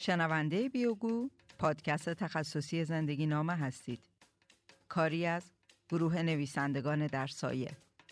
شنونده بیوگو پادکست تخصصی زندگی نامه هستید. کاری از گروه نویسندگان در سایه.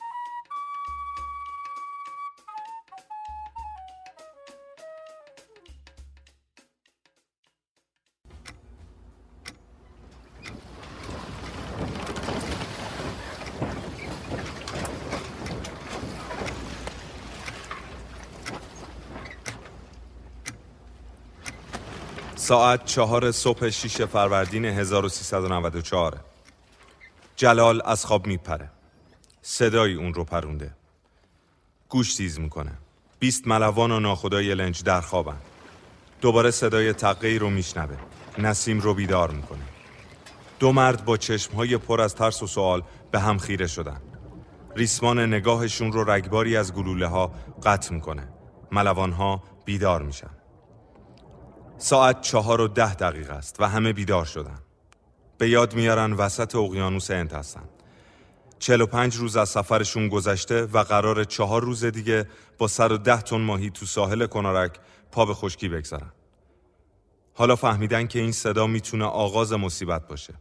ساعت 4 صبح 6 فروردین 1394. جلال از خواب میپره. صدای اون رو پرونده. گوش تیز میکنه. 20 ملوان و ناخدای لنج در خوابن. دوباره صدای تقی رو میشنوه. نسیم رو بیدار میکنه. دو مرد با چشمهای پر از ترس و سوال به هم خیره شدن. ریسمان نگاهشون رو رگباری از گلوله ها قطع میکنه. ملوان ها بیدار میشن. ساعت 4:10 است و همه بیدار شدن. به یاد میارن وسط اقیانوس هند هستن. 45 روز از سفرشون گذشته و قرار 4 روز دیگه با 110 تن ماهی تو ساحل کنارک پا به خشکی بگذارن. حالا فهمیدن که این صدا میتونه آغاز مصیبت باشه.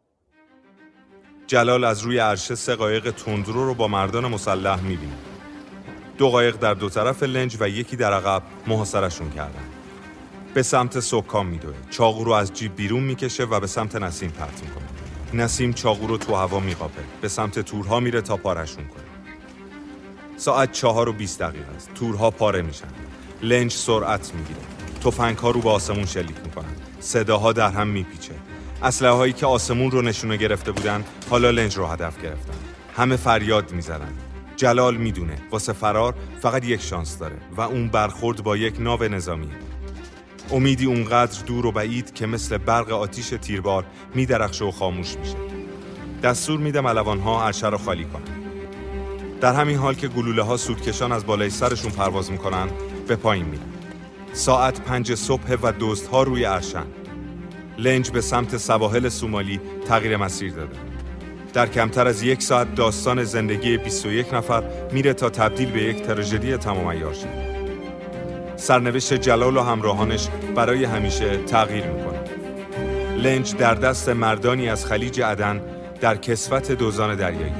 جلال از روی عرشه 3 قایق تندرو رو با مردان مسلح میبینه. 2 قایق در دو طرف لنج و یکی در عقب محاصرهشون کردن. به سمت سکان میدوه. چاقو رو از جیب بیرون میکشه و به سمت نسیم پرت میکنه. نسیم چاقو رو تو هوا میقاپه. به سمت تورها میره تا پارشون کنه. ساعت 4:20 است. تورها پاره میشن. لنج سرعت میگیره. تفنگ‌ها رو به آسمون شلیک میکنن. صداها در هم میپیچه. اسلحه‌هایی که آسمون رو نشونه گرفته بودن حالا لنج رو هدف گرفتن. همه فریاد میزنن. جلال میدونه واسه فرار فقط یک شانس داره و اون برخورد با یک ناو نظامیه. امیدی اونقدر دور و بعید که مثل برق آتیش تیربار میدرخشه و خاموش میشه. دستور میده ملوان‌ها عرشه رو خالی کنن. در همین حال که گلوله ها سودکشان از بالای سرشون پرواز میکنن به پایین میرن. ساعت 5 صبح و دزدها روی عرشن. لنج به سمت سواحل سومالی تغییر مسیر داده. در کمتر از 1 ساعت داستان زندگی 21 نفر میره تا تبدیل به یک تراژدی تمام عیار شه. سرنوشت جلال و همراهانش برای همیشه تغییر میکنه. لنج در دست مردانی از خلیج عدن در کسوت دزدان دریایی.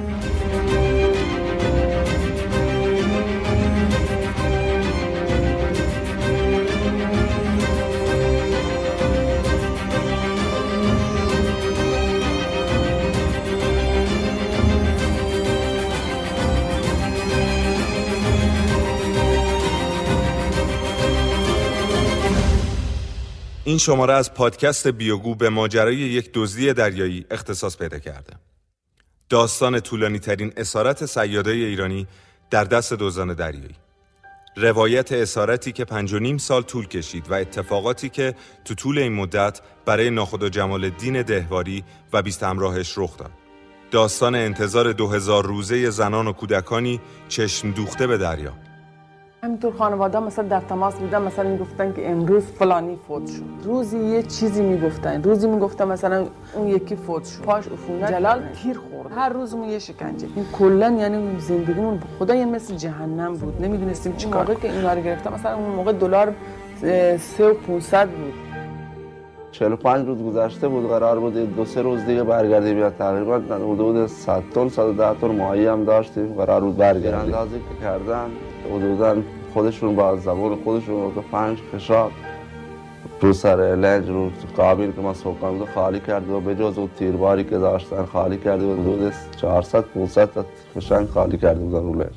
این شماره از پادکست بیوگو به ماجرای یک دزدی دریایی اختصاص پیدا کرده. داستان طولانی ترین اسارت صیادای ایرانی در دست دزدان دریایی. روایت اسارتی که 5.5 سال طول کشید و اتفاقاتی که تو طول این مدت برای ناخدا جمال الدین دهواری و 20 همراهش رخ داد. داستان انتظار 2000 روزه زنان و کودکانی چشم دوخته به دریا. همینطور خانواده مثلا در تماس بودن، مثلا میگفتن که امروز فلانی فوت شد، روزی یه چیزی میگفتن، روزی میگفتن مثلا اون یکی فوت شد، پاش عفونت، جلال تیر خورد، هر روزمون یه شکنجه. این کلا یعنی زندگیمون خدا یه مثل جهنم بود، نمیدونستیم چیکار. موقعی که اینا رو گرفتم مثلا اون موقع دلار 3500 بود. 45 روز گذشته بود، قرار بود 2-3 روز دیگه برگردیم، یا تقریبا حدود 100 تن 110 تن ماهی هم داشتیم، قرار بود برگردیم. اندازی که کردن حدوداً خودشون با زبان خودشون 5 خشاب رو سر لنج رو قابل که ما سوکان رو خالی کرد و به جز اون تیرباری که داشتن خالی کرد و حدود 400-500 تا خشنگ خالی کرده بودن رو لنج.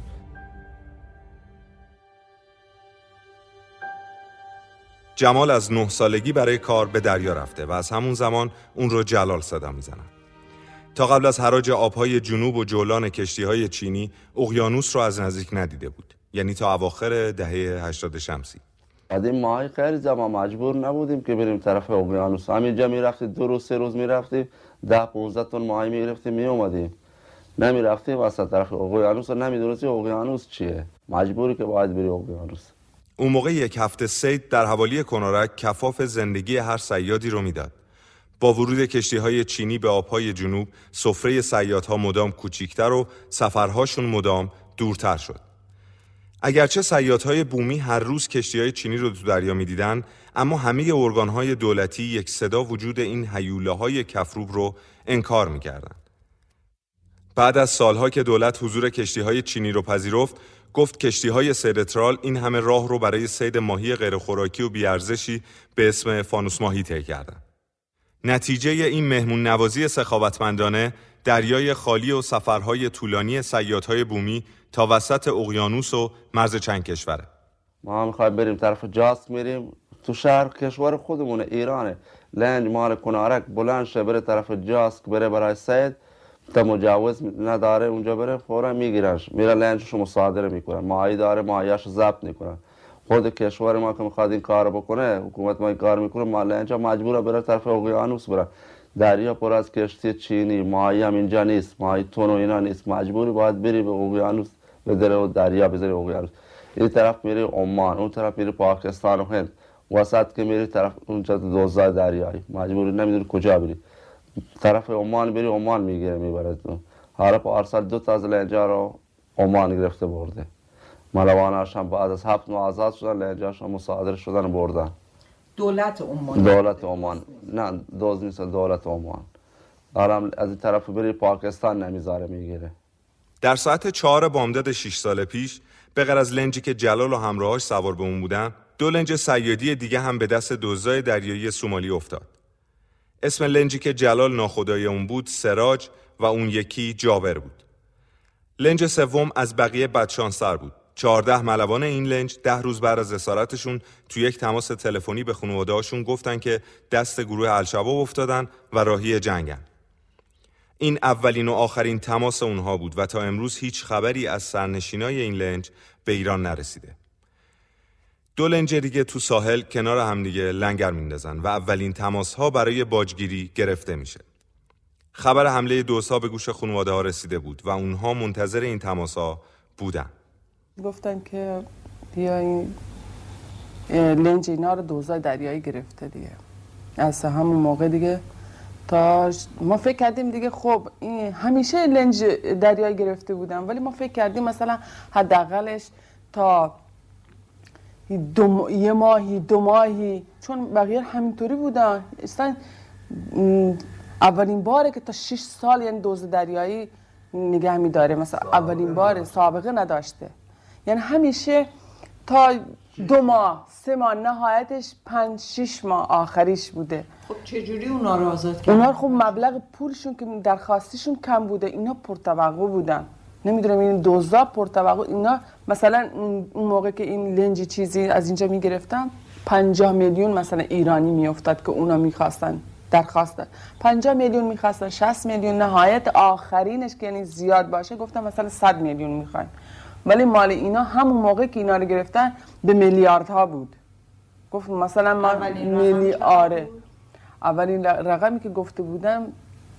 جمال از 9 سالگی برای کار به دریا رفته و از همون زمان اون رو جلال صدا میزنن. تا قبل از حراج آبهای جنوب و جولان کشتی‌های چینی اقیانوس رو از نزدیک ندیده بود، یعنی تا اواخر دهه 80 شمسی. قدیم ماهی خیلی زمان مجبور نبودیم که بریم طرف اقیانوس، همینجا میرفتیم 2 روز 3 روز میرفتیم 10-15 تن ماهی میگرفتیم میومدیم، نمیرفتیم واسه طرف اقیانوس و نمیدونستیم اقیانوس چیه، مجبوری که باید بری اقیانوس. اون موقع 1 هفته صید در حوالی کنارک کفاف زندگی هر صیادی رو میداد. با ورود کشتی‌های چینی به آب‌های جنوب، سفره صیادها مدام کوچیک‌تر و سفرهاشون مدام دورتر شد. اگرچه صیادهای بومی هر روز کشتی‌های چینی رو تو دریا می‌دیدن، اما همه ارگان‌های دولتی یک صدا وجود این هیولاهای کفروب رو انکار می‌کردن. بعد از سالها که دولت حضور کشتی‌های چینی رو پذیرفت، گفت کشتی‌های سیدترال این همه راه رو برای صید ماهی غیرخوراکی و بی‌ارزشی به اسم فانوس ماهی طی کردن. نتیجه این مهمون نوازی سخاوتمندانه، دریای خالی و سفرهای طولانی صیادهای بومی تا وسط اقیانوس و مرز چند کشوره. ما میخوایم بریم طرف جاسک، میریم تو شهر کشور خودمونه ایرانه، لنج مال کنارک بلند شه بره طرف جاسک بره برای صید، تا مجوز نداره اونجا بره فورا میگیرنش، میره لنجشو مصادره میکنن، ماهی داره ماهیاشو ضبط میکنن. خود کشور ما که میخواد این کارو بکنه، حکومت ما این کار میکنه، ما لنجا مجبوره بره طرف اقیانوس بره. دریا پر از کشتی چینی، ماهی هم اینجا نیست، ماهی تون و اینا نیست، مجبوری باید بری به اقیانوس، به دریا بذاری اقیانوس. این طرف میری عمان، اون طرف میری پاکستان و هند، وسط که میری طرف اونجا دوزای دریایی، مجبوری نمیدونی کجا بری. طرف عمان بری عمان میگیره میبره. حالا پارسال 2 تا از لنجا رو عمان گرفته برده. ملواناش هم بعد از 7 ماه آزاد شدن، لنجاش هم مصادره شدن و بردن. دولت عمان نه دوز نیست، دولت عمان. حالا از این طرف بری پاکستان نمیذاره میگیره. در ساعت 4 بامداد 6 سال پیش، به غیر از لنجی که جلال و همراهاش سوار به اون بودن، 2 لنج صیادی دیگه هم به دست دزدای دریایی سومالی افتاد. اسم لنجی که جلال ناخدای اون بود سراج و اون یکی جابر بود. لنج سوم از بقیه بدشانس‌تر بود. 14 ملوان این لنج 10 روز بعد از اسارتشون تو یک تماس تلفنی به خانواده‌هاشون گفتن که دست گروه الشباب افتادن و راهی جنگن. این اولین و آخرین تماس اونها بود و تا امروز هیچ خبری از سرنشینای این لنج به ایران نرسیده. 2 لنج دیگه تو ساحل کنار همدیگه لنگر میندازن و اولین تماس‌ها برای باجگیری گرفته میشه. خبر حمله دزدها به گوش خانواده‌ها رسیده بود و اونها منتظر این تماس‌ها بودن. گفتن که بیا این لنج اینا رو دزدای دریایی گرفته دیگه. از همون موقع دیگه تا ما فکر کردیم دیگه خب این همیشه لنج دریایی گرفته بودن، ولی ما فکر کردیم مثلا حداقلش تا 1 ماهی 2 ماهی، چون بقیه همینطوری بودن. اصلا اولین باره که تا 6 سال یعنی دزد دریایی نگه می‌داره، مثلا اولین بار سابقه نداشته، یعنی همیشه تا 2 ماه 3 ماه، نهایتش 5-6 ماه آخریش بوده. خب چجوری اونا رو آزاد کردن؟ اونا خب مبلغ پولشون که درخواستشون کم بوده، اینا پرتوقع بودن. نمیدونم این دزدا پرتوقع، اینا مثلا اون موقع که این لنج چیزی از اینجا میگرفتن 50 میلیون مثلا ایرانی میافتاد که اونا میخواستن درخواست داد. 50 میلیون میخواستن، 60 میلیون، نهایت آخرینش که یعنی زیاد باشه گفتن مثلا 100 میلیون میخواین. ولی مال اینا همون موقع که اینا رو گرفتن به میلیاردها بود. گفت مثلا ما میلیارد، اولین رقمی که گفته بودم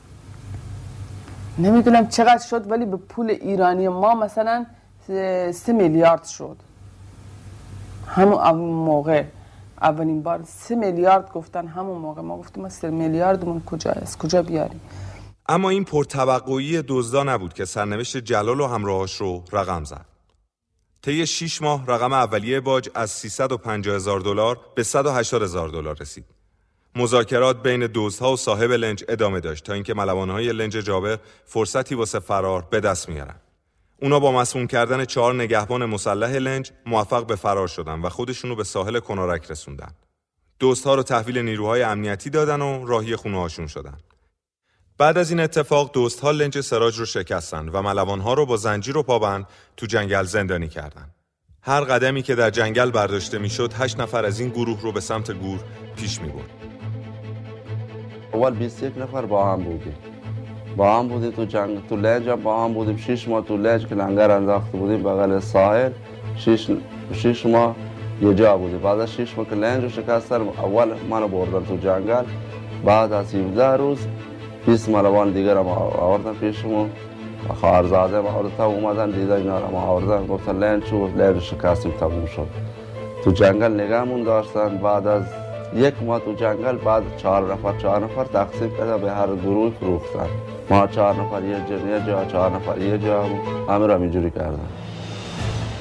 نمیدونم چقدر شد، ولی به پول ایرانی ما مثلا 3 میلیارد شد. همون موقع اولین بار 3 میلیارد گفتن. همون موقع ما گفتیم ما 3 میلیاردمون کجاست، کجا بیاریم؟ اما این پرتوقعی دزدا نبود که سرنوشت جلال و همراهاش رو رقم زد. طی 6 ماه رقم اولیه باج از $350,000 به $180,000 رسید. مذاکرات بین دزدها و صاحب لنج ادامه داشت تا اینکه ملوانهای لنج جابر فرصتی واسه فرار به دست میارن. اونا با مسموم کردن 4 نگهبان مسلح لنج موفق به فرار شدن و خودشونو به ساحل کنارک رسوندن. دزدها رو تحویل نیروهای امنیتی دادن و راهی خونه‌هاشون شدن. بعد از این اتفاق دزدها لنج سراج رو شکستن و ملوانها رو با زنجیر و پابند تو جنگل زندانی کردن. هر قدمی که در جنگل برداشته میشد 8 نفر از این گروه رو به سمت گور پیش می‌برد. اول 21 نفر با هم بودیم تو جنگ، تو لنج هم با هم بودیم. 6 ماه تو لنج که لنگر انداخته بودیم بغل ساحل، 6 ماه یه جا بودیم. بعد از 6 ماه که لنج رو شکستن اول منو بردن تو جنگل. بعد از 17 روز 20 ملوان دیگر هم آوردن پیشمون، خواهرزاده ما آوردن، اومدن دیدن اینا رو آوردن، گفتن لنج شکستیم تموم شد. تو جنگل نگهمون داشتن. بعد از 1 ماه تو جنگل، بعد 4 نفر تقسیم کرده به هر گروه فروختن. ما 4 نفر یه جا، 4 نفر یه جا، همه رو اینجوری کردن.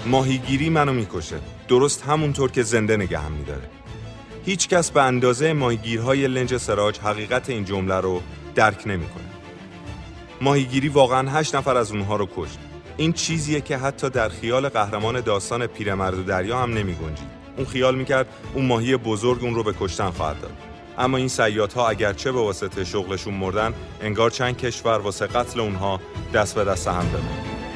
ماهیگیری منو میکشه، درست همونطور که زنده نگهم میداره. هیچ کس به اندازه ماهیگیرهای لنج سراج حقیقت این جمله رو درک نمیکنه. ماهیگیری واقعاً 8 نفر از اونها رو کشت. این چیزیه که حتی در خیال قهرمان داستان پیرمرد دریا هم نمیگنجید. اون خیال میکرد اون ماهی بزرگ اون رو به کشتن خواهد داد. اما این صیادها اگرچه به واسطه شغلشون مردن، انگار چند کشور واسه قتل اونها دست به دست هم دادن.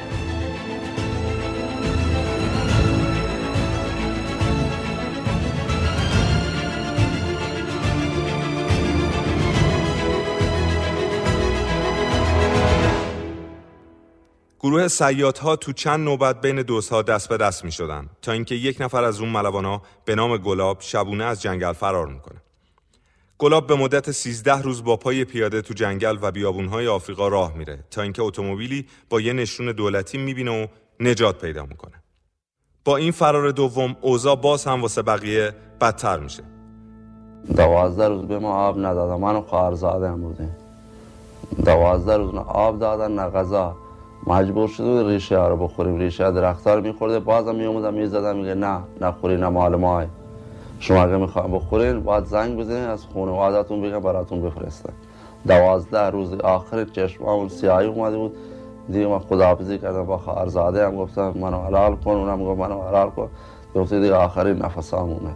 گروه صیادها تو چند نوبت بین دوستها دست به دست می شدن تا اینکه یک نفر از اون ملوانا به نام گلاب شبونه از جنگل فرار میکنه. گلاب به مدت 13 روز با پای پیاده تو جنگل و بیابونهای آفریقا راه میره تا اینکه اتومبیلی با یه نشون دولتی میبینه و نجات پیدا میکنه. با این فرار دوم اوضاع باز هم واسه بقیه بدتر میشه. 12 روز به ما آب ندادن، من و خواهرزاده هم بودیم. 12 روز نه آب دادن نه غذا. مجبور شده ریشه ها رو بخوریم. ریشه درخت ها رو میخورده، بازم میومدم میزدم میگه نه نخوری، نه مال ماه. شما اگه میخوایم بخورین باید زنگ بزنین از خانواده‌تون بگن براتون بفرستن. 12 روز آخر چشمامون سیاهی اومده بود. دیگه من خداحافظی کردم با خواهرزاده هم گفتم منو حلال کن، اونم گفت منو حلال کن. گفت دیگه آخرین نفسامونه.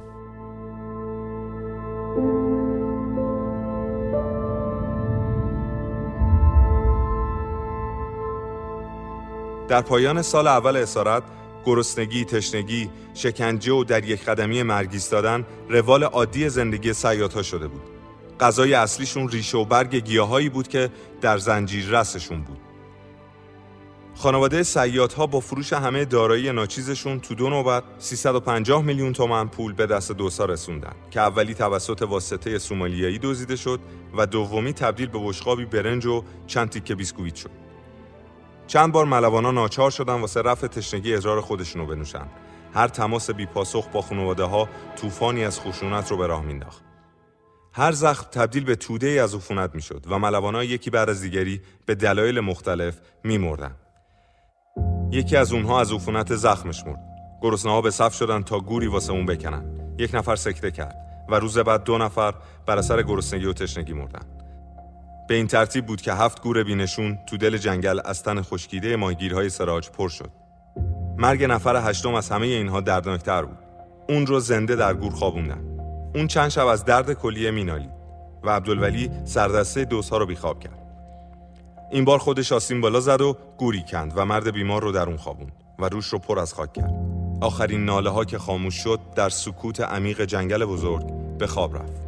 در پایان سال اول اسارت، گرسنگی، تشنگی، شکنجه و در یک قدمی مرگ ایستادن روال عادی زندگی صیادها شده بود. غذای اصلیشون ریشه و برگ گیاهایی بود که در زنجیر رسشون بود. خانواده صیادها با فروش همه دارایی ناچیزشون تو 2 نوبت 350 میلیون تومان پول به دست دوستا رسوندن که اولی توسط واسطه سومالیایی دزدیده شد و دومی تبدیل به بشقابی برنج و چند تیکه بیسکویت شد. چند بار ملوانا ناچار شدن واسه رفع تشنگی ادرار خودشونو بنوشن. هر تماس بی‌پاسخ با خانواده‌ها طوفانی از خشونت رو به راه مینداخت. هر زخم تبدیل به توده‌ای از عفونت میشد و ملوانا یکی بعد از دیگری به دلایل مختلف میمردن. یکی از اونها از عفونت زخمش مرد. گرسنه‌ها به صف شدن تا گوری واسه اون بکنن. یک نفر سکته کرد و روز بعد 2 نفر بر اثر گرسنگی و تشنگی مردن. به این ترتیب بود که 7 گور بینشون تو دل جنگل از تن خشکیده ماهیگیرهای سراج پر شد. مرگ نفر 8م از همه اینها دردناکتر بود. اون رو زنده در گور خوابوندن. اون چند شب از درد کلیه مینالید و عبدالولی سردسته دوستها رو بیخواب کرد. این بار خودش آسین بالا زد و گوری کند و مرد بیمار رو در اون خوابوند و روش رو پر از خاک کرد. آخرین ناله ها که خاموش شد در سکوت عمیق جنگل بزرگ به خواب رفت.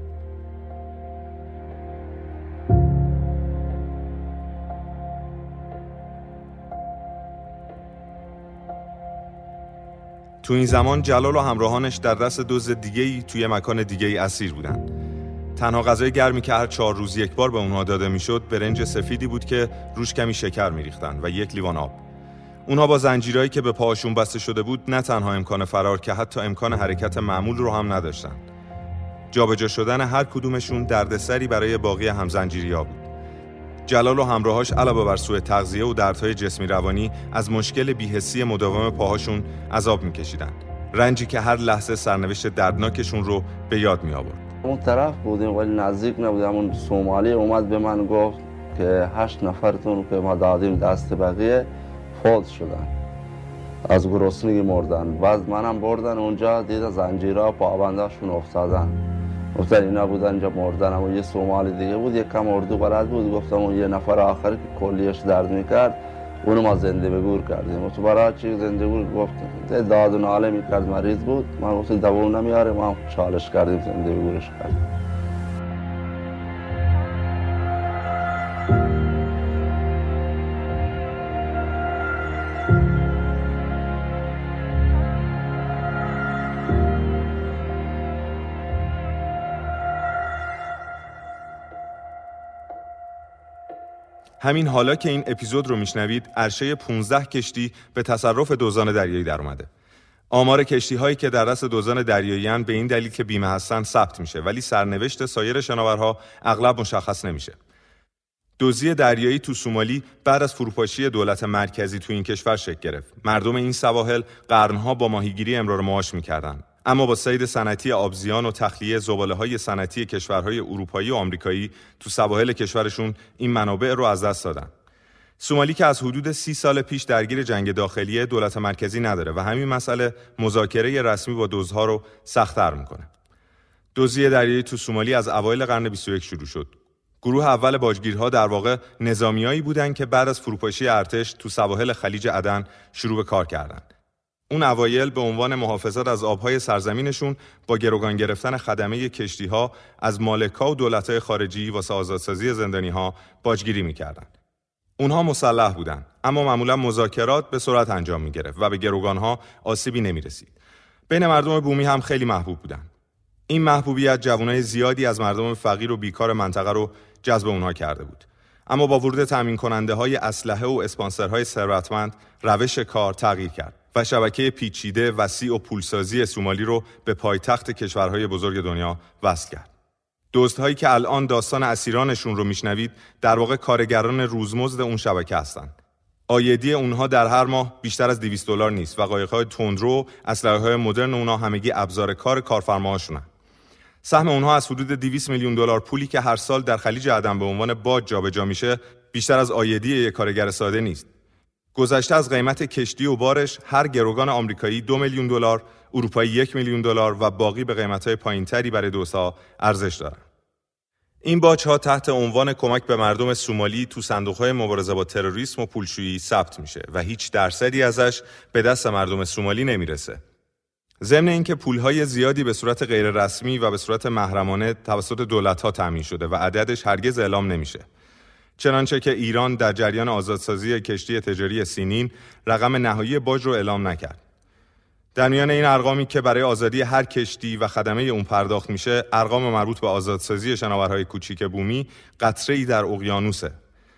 تو این زمان جلال و همراهانش در دست دزد دیگه‌ای توی مکان دیگه‌ای اسیر بودن. تنها غذای گرمی که هر 4 روز یک بار به اونها داده میشد برنج سفیدی بود که روش کمی شکر میریختن و 1 لیوان آب. اونها با زنجیرایی که به پاهاشون بسته شده بود نه تنها امکان فرار که حتی امکان حرکت معمول رو هم نداشتن. جابجا شدن هر کدومشون دردسری برای باقی همزنجیریا بود. جلال و همراهاش علاوه بر سوء تغذیه و دردهای جسمی روانی از مشکل بی‌حسی مداوم پاهاشون عذاب می‌کشیدن. رنجی که هر لحظه سرنوشت دردناکشون رو به یاد می‌آورد. اون طرف بودیم ولی نزدیک نبودیم. اون سومالی اومد به من گفت که 8 نفرتون که ما دادیم دست بقیه فوت شدن، از گرسنگی مردن. بعد منم بردن اونجا، دیدن زنجیرها پابنداشون افتادن. گفتن اینا بودن اینجا مردن. اما یه سومالی دیگه بود، یک کم اردو بلد بود. گفتم اون یه نفر آخری که کلیش درد میکرد اونو ما زنده به گور کردیم. و تو برای چی زنده گور؟ گفت داد و ناله میکرد، مریض بود. من گفتم دوام نمیاره، ما چالش کردیم زنده به گورش کردیم. همین حالا که این اپیزود رو میشنوید، عرشه 15 کشتی به تصرف دوزان دریایی در اومده. آمار کشتی‌هایی که در دست دوزان دریایی‌اند به این دلیل که بیمه هستن ثبت میشه، ولی سرنوشت سایر شناورها اغلب مشخص نمیشه. دزدی دریایی تو سومالی بعد از فروپاشی دولت مرکزی تو این کشور شکل گرفت. مردم این سواحل قرنها با ماهیگیری امرار معاش می‌کردند. اما با صید صنعتی آبزیان و تخلیه زباله‌های صنعتی کشورهای اروپایی و آمریکایی تو سواحل کشورشون این منابع رو از دست دادن. سومالی که از حدود 30 سال پیش درگیر جنگ داخلی دولت مرکزی نداره و همین مسئله مذاکره رسمی با دزدها رو سخت‌تر می‌کنه. دزدی دریایی تو سومالی از اوایل قرن 21 شروع شد. گروه اول باجگیرها در واقع نظامیایی بودند که بعد از فروپاشی ارتش تو سواحل خلیج عدن شروع به کار کردند. اون اوایل به عنوان محافظت از آبهای سرزمینشون با گروگان گرفتن خدمه کشتی‌ها از مالک‌ها و دولت‌های خارجی واسه آزادسازی زندانی‌ها باجگیری می‌کردند. اونها مسلح بودند، اما معمولا مذاکرات به سرعت انجام می‌گرفت و به گروگان‌ها آسیبی نمی‌رسید. بین مردم بومی هم خیلی محبوب بودند. این محبوبیت جوانای زیادی از مردم فقیر و بیکار منطقه رو جذب اونها کرده بود. اما با ورود تامین کننده‌های اسلحه و اسپانسرهای ثروتمند، روش کار تغییر کرد و شبکه پیچیده، وسیع و پولسازی سومالی رو به پایتخت کشورهای بزرگ دنیا وصل کرد. دزدهایی که الان داستان اسیرانشون رو میشنوید، در واقع کارگران روزمزد اون شبکه هستند. عایدی اونها در هر ماه بیشتر از $200 نیست و قایق‌های تندرو، اسلحه‌های مدرن اونها همگی ابزار کار کارفرماهاشونن. سهم اونها از حدود $200 میلیون پولی که هر سال در خلیج عدن به عنوان باج جابجا میشه، بیشتر از عایدی یک کارگر ساده نیست. گذشته از قیمت کشتی و بارش، هر گروگان آمریکایی $2 میلیون، اروپایی $1 میلیون و باقی به قیمت‌های پایین‌تری برای دزدها ارزش دارن. این باج‌ها تحت عنوان کمک به مردم سومالی تو صندوق‌های مبارزه با تروریسم و پولشویی ثبت میشه و هیچ درصدی ازش به دست مردم سومالی نمیرسه. ضمن اینکه پول‌های زیادی به صورت غیر رسمی و به صورت محرمانه توسط دولت‌ها تامین شده و عددش هرگز اعلام نمیشه. چنانچه که ایران در جریان آزادسازی کشتی تجاری سینین رقم نهایی باج رو اعلام نکرد. در میان این ارقامی که برای آزادی هر کشتی و خدمه اون پرداخت میشه، ارقام مربوط به آزادسازی شناورهای کوچیک بومی قطره‌ای در اقیانوسه.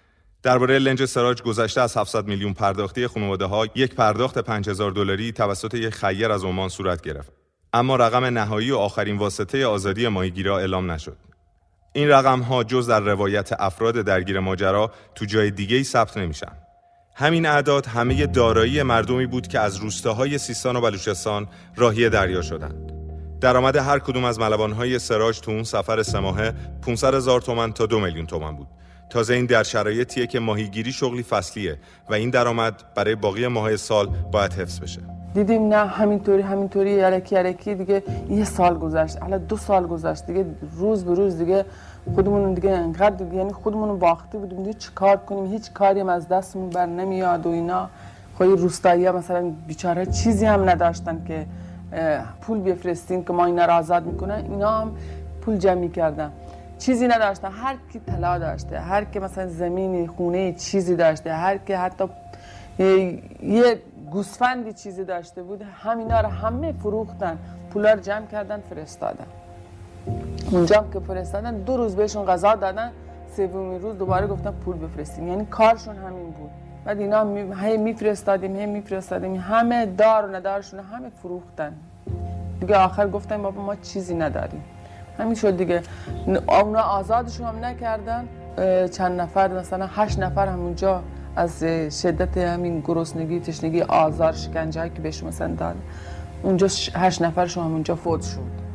درباره لنج سراج گذشته از 700 میلیون پرداختی خانواده‌ها، یک پرداخت $5000 توسط یک خیر از عمان صورت گرفت. اما رقم نهایی و آخرین واسطه آزادی ماهیگیرها اعلام نشد. این رقم‌ها جز در روایت افراد درگیر ماجرا تو جای دیگه‌ای ثبت نمیشن. همین اعداد همه دارایی مردمی بود که از روستاهای سیستان و بلوچستان راهی دریا شدند. درآمد هر کدوم از ملوان‌های سراج تو اون سفر 3 ماهه 500,000 تومان تا 2 میلیون تومان بود. تازه این در شرایطیه که ماهیگیری شغلی فصلیه و این درآمد برای باقی ماه‌های سال باید حفظ بشه. دیدیم نه همینطوری یلکی دیگه 1 سال گذشت، حالا 2 سال گذشت، دیگه روز به روز دیگه خودمون دیگه انقدر یعنی خودمون باخته بودیم دیگه چیکار کنیم، هیچ کاری هم از دستمون بر نمیاد و اینا. خب روستایی‌ها مثلا بیچاره چیزی هم نداشتن که پول بفرستین که ما اینا را آزاد میکنن، اینا هم پول جمع میکردن، چیزی نداشتن. هر کی طلا داشته، هر کی مثلا زمینی خونه چیزی داشته، هر کی حتی یه گوسفندی چیزی داشته بود، همینا رو همه فروختن، پولا رو جمع کردن فرستادن. اونجا که فرستادن 2 روز بهشون غذا دادن، 3مین روز دوباره گفتن پول بفرستین. یعنی کارشون همین بود. بعد اینا میفرستادیم همه دار و ندارشون همه فروختن. دیگه آخر گفتن بابا ما چیزی نداریم. همین شد دیگه. اونا آزادشون هم نکردن. چند نفر مثلا 8 نفر همونجا از شدت همین گرسنگی، تشنگی، آزار، شکنجه هایی که بهشون مثلا داد، اونجا 8 نفرشون همونجا فوت شد.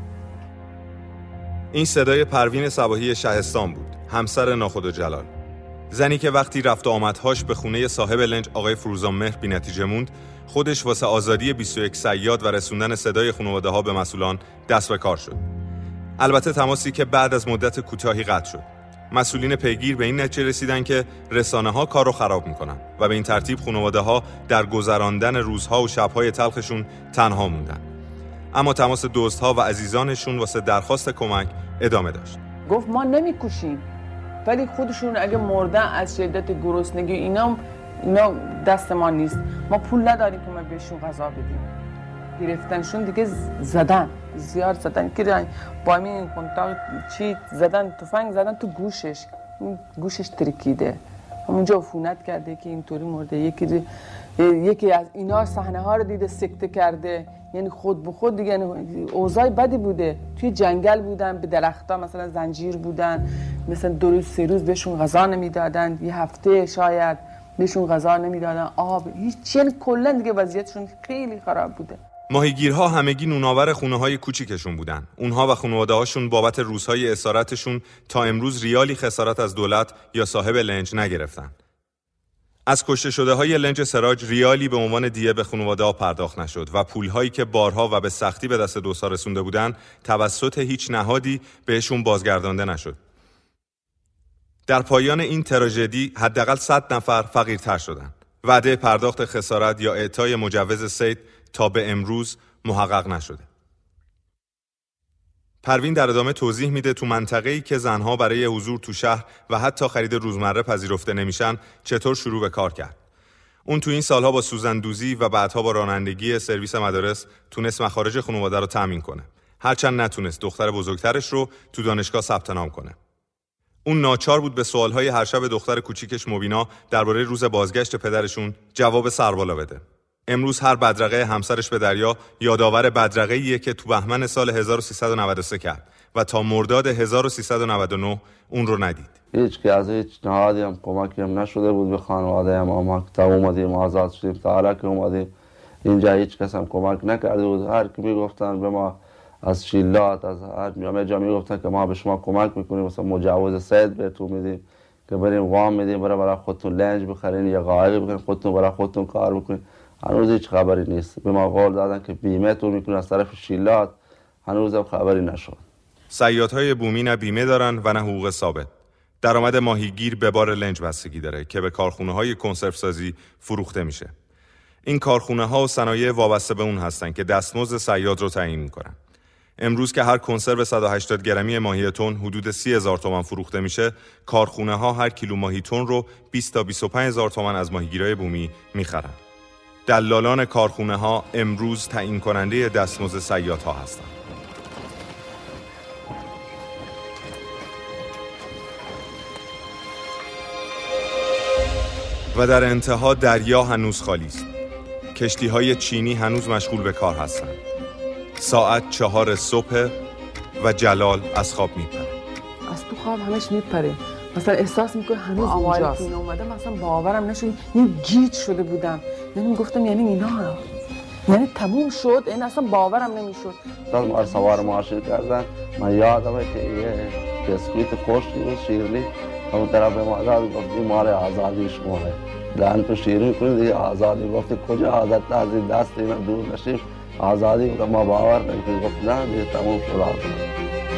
این صدای پروین صباحی شهستان بود، همسر ناخودآجلال. زنی که وقتی رفت و آمدهاش به خونه صاحب لنج آقای فروزانمهر بی‌نتیجه موند، خودش واسه آزادی 21 صیاد و رسوندن صدای خانواده‌ها به مسئولان دست به کار شد. البته تماسی که بعد از مدت کوتاهی قطع شد. مسئولین پیگیر به این نتیجه رسیدن که رسانه‌ها کار رو خراب می‌کنن و به این ترتیب خانواده‌ها در گذراندن روزها و شب‌های تلخشون تنها موندن. اما تماس دوست‌ها و عزیزانشون واسه درخواست کمک ادامه داشت. گفت ما نمی‌کشیم، ولی خودشون اگه مردن از شدت گرسنگی اینا دست ما نیست. ما پول نداریم که ما بهشون غذا بدیم. گرفتنشون دیگه زدن، زیاد زدن که با این کنتاق چی زدن، تفنگ زدن تو گوشش ترکیده. همونجا عفونت کرده که اینطوری مرده. یکی از اینا صحنه ها رو دیده سکته کرده، یعنی خود به خود دیگه، یعنی اوضاع بدی بوده. توی جنگل بودن، به درخت‌ها مثلا زنجیر بودن، مثلا 2 روز 3 روز بهشون غذا نمیدادن، یه هفته شاید بهشون غذا نمیدادن، آب، هیچ، یعنی کلا دیگه وضعیتشون خیلی خراب بوده. ماهیگیرها همگی نوناور خونه‌های کوچیکشون بودن. اونها و خانواده‌هاشون بابت روزهای اسارتشون تا امروز ریالی خسارت از دولت یا صاحب لنج نگرفتن. از کشته شده های لنج سراج ریالی به عنوان دیه به خانواده‌ها پرداخت نشد و پولهایی که بارها و به سختی به دست دوستا رسونده بودن توسط هیچ نهادی بهشون بازگردانده نشد. در پایان این تراژدی حداقل 100 نفر فقیرتر شدند. وعده پرداخت خسارت یا اعطای مجوز صید تا به امروز محقق نشده. پروین در ادامه توضیح میده تو منطقه‌ای که زنها برای حضور تو شهر و حتی خرید روزمره پذیرفته نمیشن چطور شروع به کار کرد. اون تو این سالها با سوزندوزی و بعدها با رانندگی سرویس مدارس تونست مخارج خانواده رو تامین کنه. هرچند نتونست دختر بزرگترش رو تو دانشگاه ثبت نام کنه. اون ناچار بود به سوالهای هر شب دختر کوچیکش مبینا درباره روز بازگشت پدرشون جواب سربالا بده. امروز هر بدرقه همسرش به دریا یادآور بدرقه‌ایه که تو بهمن سال 1393 کرد و تا مرداد 1399 اون رو ندید. هیچ که از هیچ نهادی هم کمکی هم نشده بود به خانواده ما تا اومدیم آزاد شدیم، تا حالا که اومدیم اینجا هیچ کس هم کمک نکرده بود. هر کی میگفتن به ما از شیلات از هر جا میگفتن که ما به شما کمک میکنیم، مثلا مجوز صید بهتون میدیم که بریم وام میدیم برای خودتون لنج بخرین یا قایق بخرین خودتون برای خودتون کار بکنین. هنوز هیچ خبری نیست. به ما قول دادن که بیمه تون میکنن از طرف شیلات، هنوز هم خبری نشد. صیادهای بومی نه بیمه دارن و نه حقوق ثابت. درآمد ماهیگیر به بار لنج بستگی داره که به کارخونه‌های کنسرو سازی فروخته میشه. این کارخونه‌ها و صنایع وابسته به اون هستن که دستمزد صیاد رو تعیین میکنن. امروز که هر کنسرو 180 گرمی ماهی تن حدود 30,000 تومان فروخته میشه، کارخونه‌ها هر کیلو ماهی تن رو 20 تا 25,000 تومان از ماهیگیرای بومی میخرن. دلالان کارخونه‌ها امروز تعیین کننده دستمزد صیادها هستند. و در انتها دریا هنوز خالی است. کشتی‌های چینی هنوز مشغول به کار هستند. ساعت 4 صبح و جلال از خواب میپره. از تو خواب همش میپره. مثلا احساس میکنه هنوز اونجاست. اینا اومدم مثلا باورم نشد، یه گیج شده بودم. یعنی میگفتم یعنی اینا یعنی تموم شد، این اصلا باورم نمیشد. بعد ما سوار ماشین کردن، من یادمه که یه بسکویت خشکی بود شیرینی اون طرف به ما داد، گفت این مال آزادی شماست. دهن تو شیرینی میکنید دیگه آزادی. گفت کجا آزاد از این دست اینا دور نشیم آزادی. ما باور نمیکنیم. گفت نه دیگه تموم شد آزادی.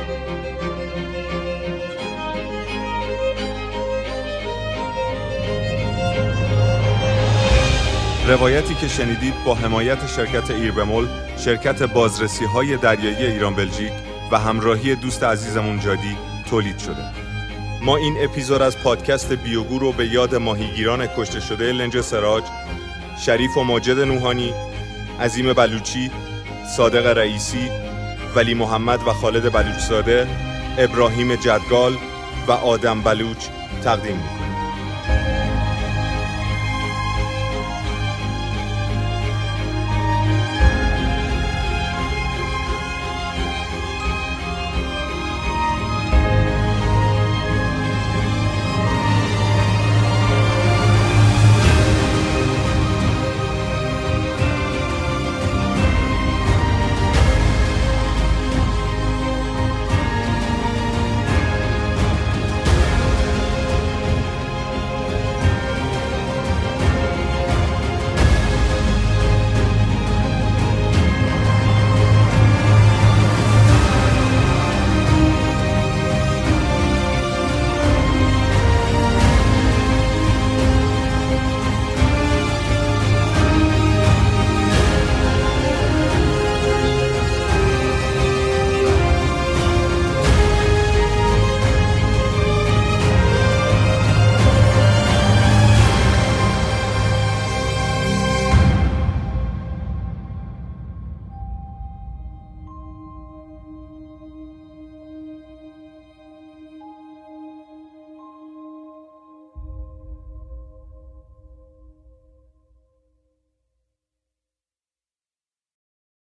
روایتی که شنیدید با حمایت شرکت ایربمول، شرکت بازرسی‌های دریایی ایران بلژیک و همراهی دوست عزیزمون جادی تولید شده. ما این اپیزود از پادکست بیوگو رو به یاد ماهیگیران کشته شده لنج سراج، شریف و ماجد نوحانی، عظیم بلوچی، صادق رئیسی، ولی محمد و خالد بلوچزاده، ابراهیم جدگال و آدم بلوچ تقدیم می‌کنیم.